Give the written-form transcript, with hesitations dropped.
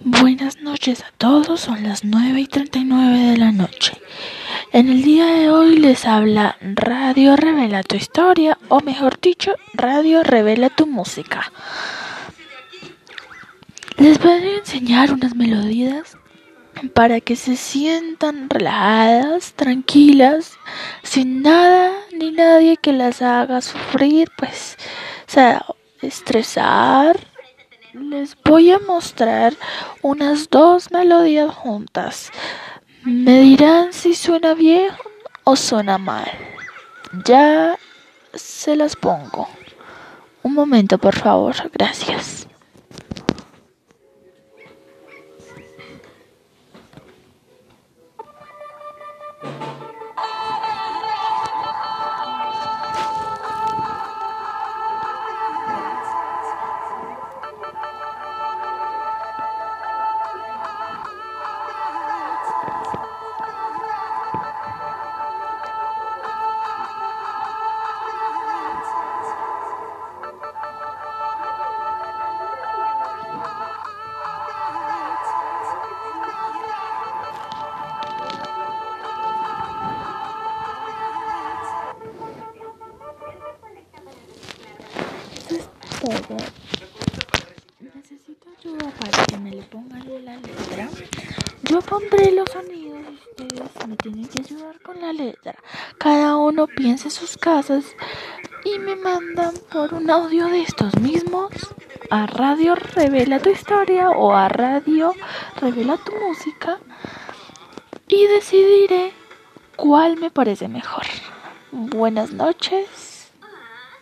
Buenas noches a todos, son las 9:39 de la noche. En el día de hoy les habla Radio Revela tu Historia, o mejor dicho, Radio Revela tu Música. Les voy a enseñar unas melodías para que se sientan relajadas, tranquilas, sin nada ni nadie que las haga sufrir, estresar. Les voy a mostrar unas 2 melodías juntas. Me dirán si suena bien o suena mal. Ya se las pongo. Un momento, por favor. Gracias. Todo. Necesito ayuda para que me le pongan la letra. Yo pondré los sonidos y ustedes me tienen que ayudar con la letra. Cada uno piensa en sus casas y me mandan por un audio de estos mismos a Radio Revela tu Historia o a Radio Revela tu Música y decidiré cuál me parece mejor. Buenas noches.